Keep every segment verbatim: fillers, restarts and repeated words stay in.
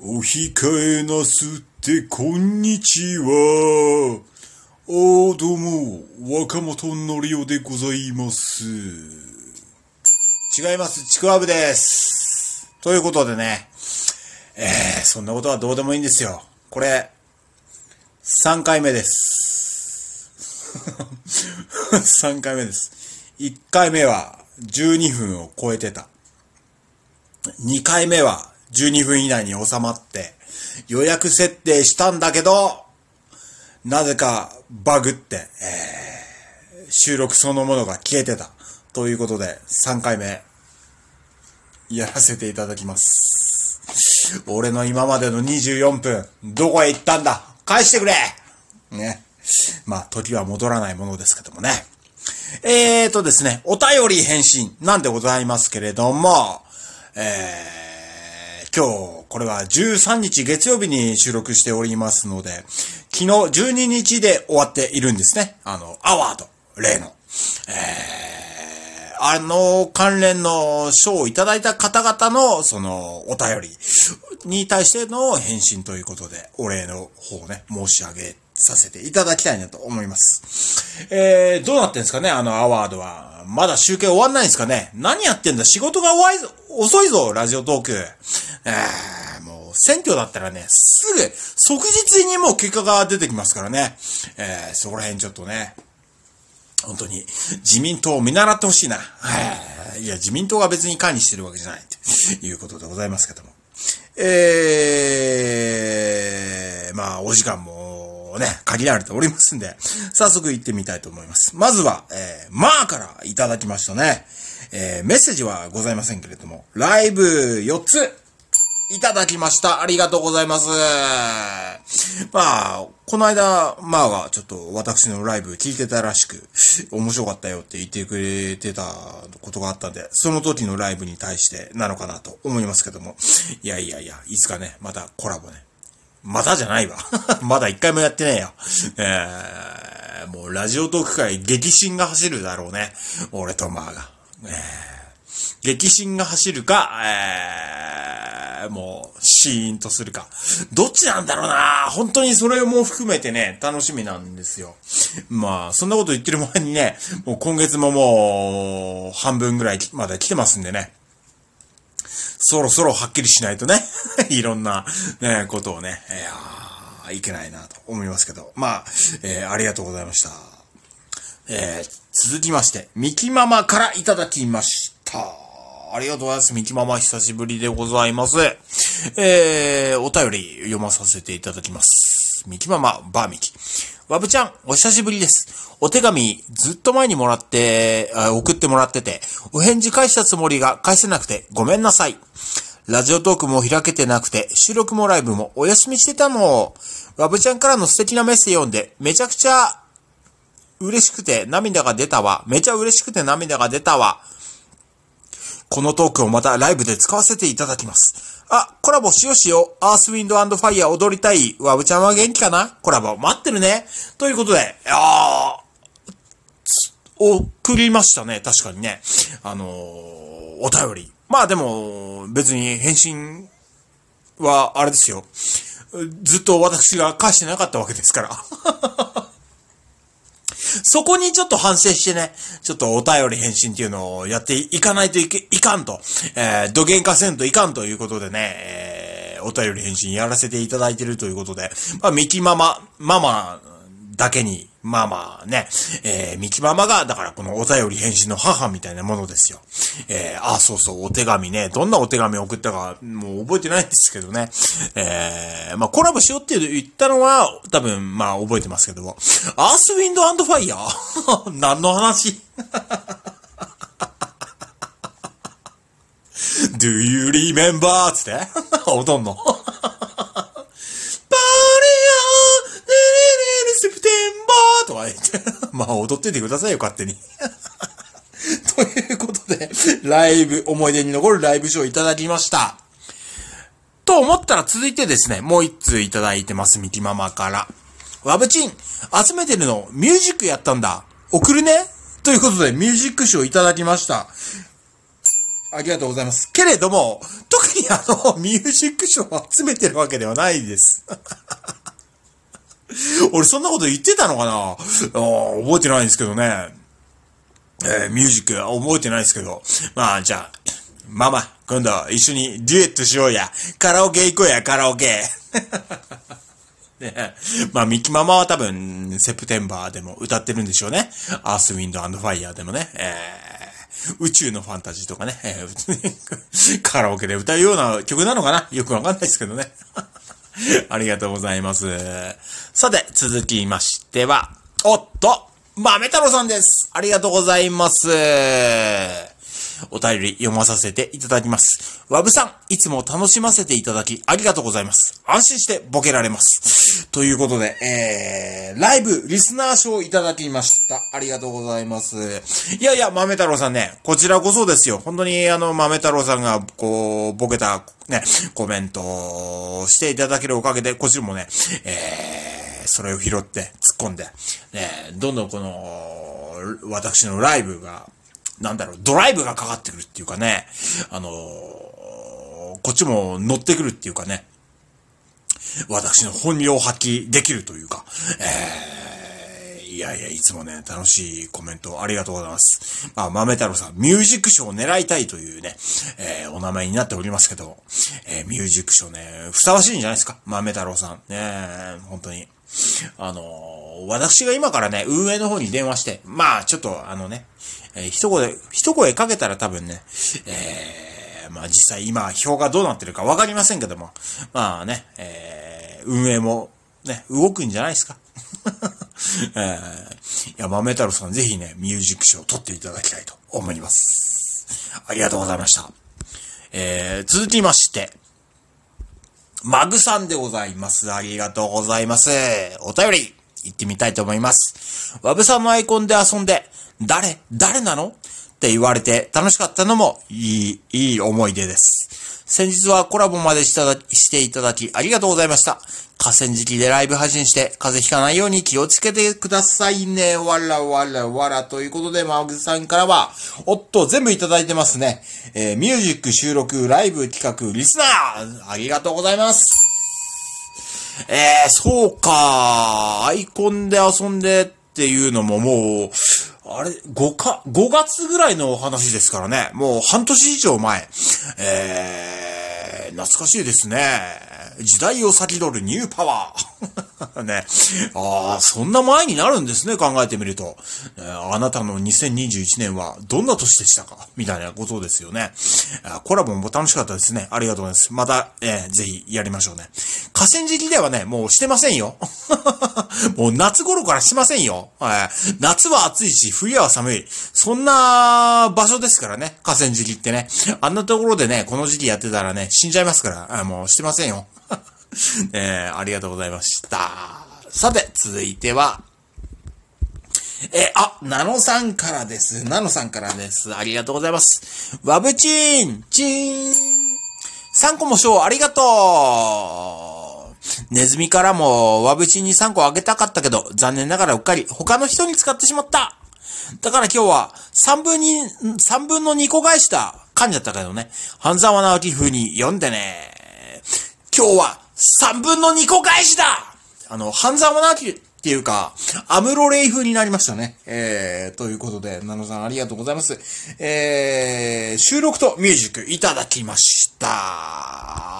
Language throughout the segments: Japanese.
お控えなすってこんにちは。おーどうも、若本のりおでございます。違います、ちくわぶです。ということでね、えー、そんなことはどうでもいいんですよ。これ、さんかいめです。さんかいめです。いっかいめはじゅうにふんを超えてた。にかいめはじゅうにふん以内に収まって予約設定したんだけど、なぜかバグって、えー、収録そのものが消えてた。ということでさんかいめやらせていただきます。俺の今までのにじゅうよんぷん、どこへ行ったんだ、返してくれね。まあ時は戻らないものですけどもね。えーとですね、お便り返信なんでございますけれども、えー、今日、これはじゅうさんにち月曜日に収録しておりますので、昨日じゅうににちで終わっているんですね。あの、アワード、例の。えー、あの関連の賞をいただいた方々の、その、お便りに対しての返信ということで、お礼の方をね、申し上げさせていただきたいなと思います。えー、どうなってんですかね、あのアワードは。まだ集計終わんないんですかね。何やってんだ、仕事が終わい遅いぞ、ラジオトーク。えー、もう選挙だったらね、すぐ、即日にもう結果が出てきますからね。えー、そこら辺ちょっとね、本当に自民党を見習ってほしいな。いや、自民党が別に管理してるわけじゃないということでございますけども。えー、まあ、お時間も、ね、限られておりますんで、早速行ってみたいと思います。まずは、えー、まあからいただきましたね。えー、メッセージはございませんけれども、ライブよっついただきました。ありがとうございます。まあ、この間、まあがちょっと私のライブ聞いてたらしく、面白かったよって言ってくれてたことがあったんで、その時のライブに対してなのかなと思いますけども、いやいやいや、いつかね、またコラボね。またじゃないわ。まだ一回もやってねえよ。えー、もうラジオトーク界激震が走るだろうね。俺とマーが。えー、激震が走るか、えー、もうシーンとするか。どっちなんだろうな。本当にそれも含めてね、楽しみなんですよ。まあ、そんなこと言ってる前にね、もう今月ももう半分ぐらいまで来てますんでね。そろそろはっきりしないとね、いろんな、ね、ことをね、いやー、いけないなと思いますけど、まあ、えー、ありがとうございました。えー、続きまして、ミキママからいただきました。ありがとうございます。ミキママ久しぶりでございます。えー、お便り読まさせていただきます。ミキママ、バーミキ。ワブちゃん、お久しぶりです。お手紙、ずっと前にもらって、送ってもらってて、お返事返したつもりが返せなくてごめんなさい。ラジオトークも開けてなくて、収録もライブもお休みしてたの。ワブちゃんからの素敵なメッセージ読んで、めちゃくちゃ嬉しくて涙が出たわ。めちゃ嬉しくて涙が出たわ。このトークをまたライブで使わせていただきます。あ、コラボしようしよう。アースウィンド&ファイヤー踊りたい。ワブちゃんは元気かな？コラボ待ってるね。ということで、あー、送りましたね。確かにね。あのー、お便り。まあでも、別に返信はあれですよ。ずっと私が返してなかったわけですから。そこにちょっと反省してね、ちょっとお便り返信っていうのをやっていかないといけ、いかんと、えー、土幻化せんといかんということでね、えー、お便り返信やらせていただいているということで、まあ、ミキママ、ママだけに、まあまあね、えー、ミキママが、だからこのお便り返信の母みたいなものですよ。えー、あ、そうそう、お手紙ね、どんなお手紙を送ったか、もう覚えてないんですけどね。えー、まあコラボしようって言ったのは、多分、まあ覚えてますけども。アースウィンド&ファイヤー何の話?Do you remember? つって踊んのとか言ってまあ踊っててくださいよ勝手にということでライブ思い出に残るライブショーいただきましたと思ったら続いてですねもう一通いただいてますミキママからワブチン集めてるのミュージックやったんだ送るねということでミュージック賞いただきましたありがとうございますけれども特特にあの、ミュージック賞を集めてるわけではないです。俺そんなこと言ってたのかなあ覚えてないんですけどね。えー、ミュージック覚えてないですけど。まあ、じゃあ、ママ、今度一緒にデュエットしようや。カラオケ行こうや、カラオケ。ね、まあ、ミキママは多分、セプテンバーでも歌ってるんでしょうね。アース、ウィンド、アンド、ファイヤーでもね。えー、宇宙のファンタジーとかね。えー、カラオケで歌うような曲なのかなよくわかんないですけどね。ありがとうございます。さて、続きましては、おっと豆太郎さんです。ありがとうございます。お便り読まさせていただきます。わぶさん、いつも楽しませていただきありがとうございます。安心してボケられます。ということで、えー、ライブリスナー賞いただきました。ありがとうございます。いやいや、豆太郎さんね、こちらこそですよ。本当にあの、豆太郎さんが、こう、ボケた、ね、コメントをしていただけるおかげで、こちらもね、えー、それを拾って突っ込んで、ね、どんどんこの、私のライブが、なんだろう、ドライブがかかってくるっていうかね、あのー、こっちも乗ってくるっていうかね、私の本領を発揮できるというか、えー、いやいや、いつもね、楽しいコメントありがとうございます。まあ、豆太郎さん、ミュージック賞を狙いたいというね、えー、お名前になっておりますけど、えー、ミュージック賞ね、ふさわしいんじゃないですか、豆太郎さん。ね、本当に。あのー、私が今からね、運営の方に電話して、まあ、ちょっと、あのね、えー、一声、一声かけたら多分ね、えー、まあ実際今、票がどうなってるかわかりませんけども、まあね、えー、運営もね、動くんじゃないですか。えー、いや、豆太郎さんぜひね、ミュージック賞を取っていただきたいと思います。ありがとうございました。えー、続きまして、マグさんでございます。ありがとうございます。お便り、行ってみたいと思います。ワブさんのアイコンで遊んで、誰誰なのって言われて楽しかったのもいい、いい思い出です。先日はコラボまでしただしていただきありがとうございました。河川敷でライブ配信して風邪ひかないように気をつけてくださいね。わらわらわらということで、マグさんからは、おっと、全部いただいてますね。えー、ミュージック収録、ライブ企画、リスナーありがとうございます。えー、そうか、アイコンで遊んでっていうのももう、あれ、ごか、ごがつぐらいの話ですからね。もう半年以上前。えー、懐かしいですね。時代を先取るニューパワー。ね。ああ、そんな前になるんですね、考えてみると。えー、あなたのにせんにじゅういちねんはどんな年でしたかみたいなことですよね。コラボも楽しかったですね。ありがとうございます。また、えー、ぜひやりましょうね。河川敷ではね、もうしてませんよ。もう夏頃からしませんよ。はい、夏は暑いし、冬は寒い。そんな場所ですからね、河川敷ってね。あんなところでね、この時期やってたらね、死んじゃいますから、あもうしてませんよ。えー、ありがとうございました。さて、続いては、えー、あ、ナノさんからです。ナノさんからです。ありがとうございます。ワブチーン、チーン。さんこも賞ありがとう。ネズミからもワブチンにさんこあげたかったけど、残念ながらうっかり他の人に使ってしまった。だから今日はさんぶんに、さんぶんのにこ返した。噛んじゃったけどね。半沢直樹風に読んでね。今日はさんぶんのにこ返しだ。あの、半沢直樹っていうか、アムロレイ風になりましたね。えー、ということで、ナノさんありがとうございます。えー、収録とミュージックいただきました。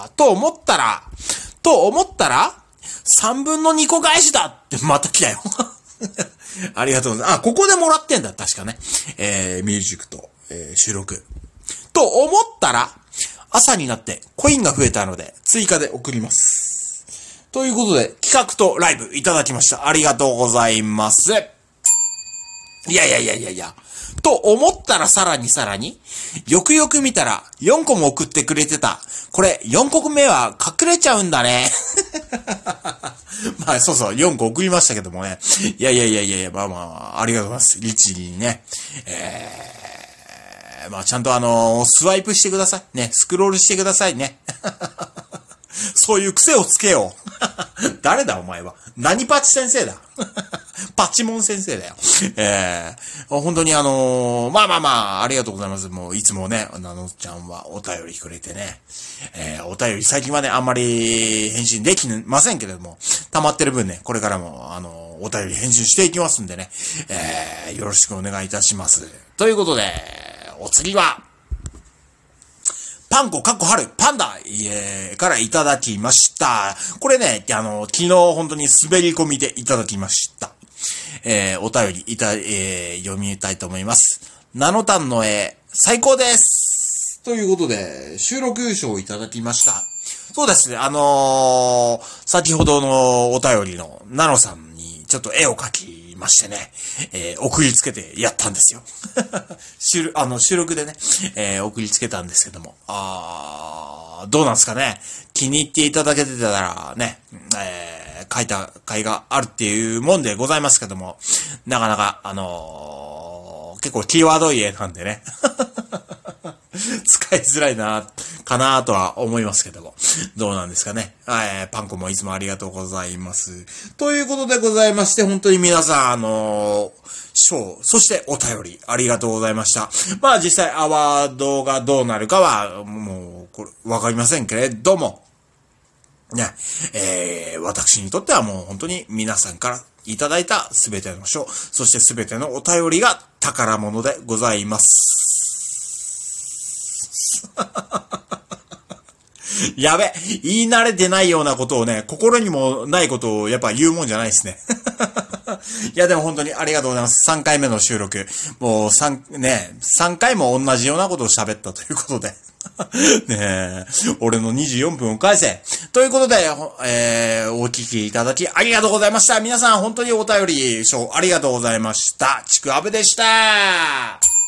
と思ったら、と思ったら、さんぶんのにこ返しだってまた来たよ。ありがとうございます。あ、ここでもらってんだ、確かね。えー、ミュージックと、えー、収録。と思ったら、朝になってコインが増えたので追加で送ります。ということで企画とライブいただきました。ありがとうございます。いやいやいやいやいや。と思ったらさらにさらに、よくよく見たらよんこも送ってくれてた。これよんこめは隠れちゃうんだね。まあそうそう、よんこ送りましたけどもね。いやいやいやいや、まあまあ、ありがとうございます。律儀にね。えーまあちゃんとあのー、スワイプしてください。ね、スクロールしてくださいね。そういう癖をつけよう。誰だお前は。何パチ先生だ。 パチモン先生だよ。えー、本当にあのー、まあまあまあ、ありがとうございます。もういつもね、なのちゃんはお便りくれてね。えー、お便り最近はね、あんまり返信できませんけれども、溜まってる分ね、これからも、あのー、お便り返信していきますんでね、えー、よろしくお願いいたします。ということで、お次は、パンコかっこ春パンダえー、からいただきました。これね、あの、昨日本当に滑り込みでいただきました。えー、お便りいた、えー、読みたいと思います。ナノタンの絵、最高ですということで、収録優勝いただきました。そうですね、あのー、先ほどのお便りのナノさんにちょっと絵を描きましてね、えー、送りつけてやったんですよ。収あの、収録でね、えー、送りつけたんですけども、あー、どうなんですかね。気に入っていただけてたらね、えー、書いた甲斐があるっていうもんでございますけども、なかなか、あのー、結構キーワードいい絵なんでね。使いづらいな、かなとは思いますけども。どうなんですかね。えー、パンコもいつもありがとうございます。ということでございまして、本当に皆さん、あのー、賞、そしてお便り、ありがとうございました。まあ実際アワードがどうなるかは、もう、これ、わかりませんけれども、ね、えー、私にとってはもう本当に皆さんからいただいたすべての賞、そしてすべてのお便りが宝物でございます。やべ、言い慣れてないようなことをね、心にもないことをやっぱ言うもんじゃないですね。いやでも本当にありがとうございます。さんかいめの収録。もう3、ね、さんかいも同じようなことを喋ったということで。ねえ、俺のにじゅうよんぷんを返せ。ということで、えー、お聞きいただきありがとうございました。皆さん本当にお便り、ありがとうございました。ちくわぶでした。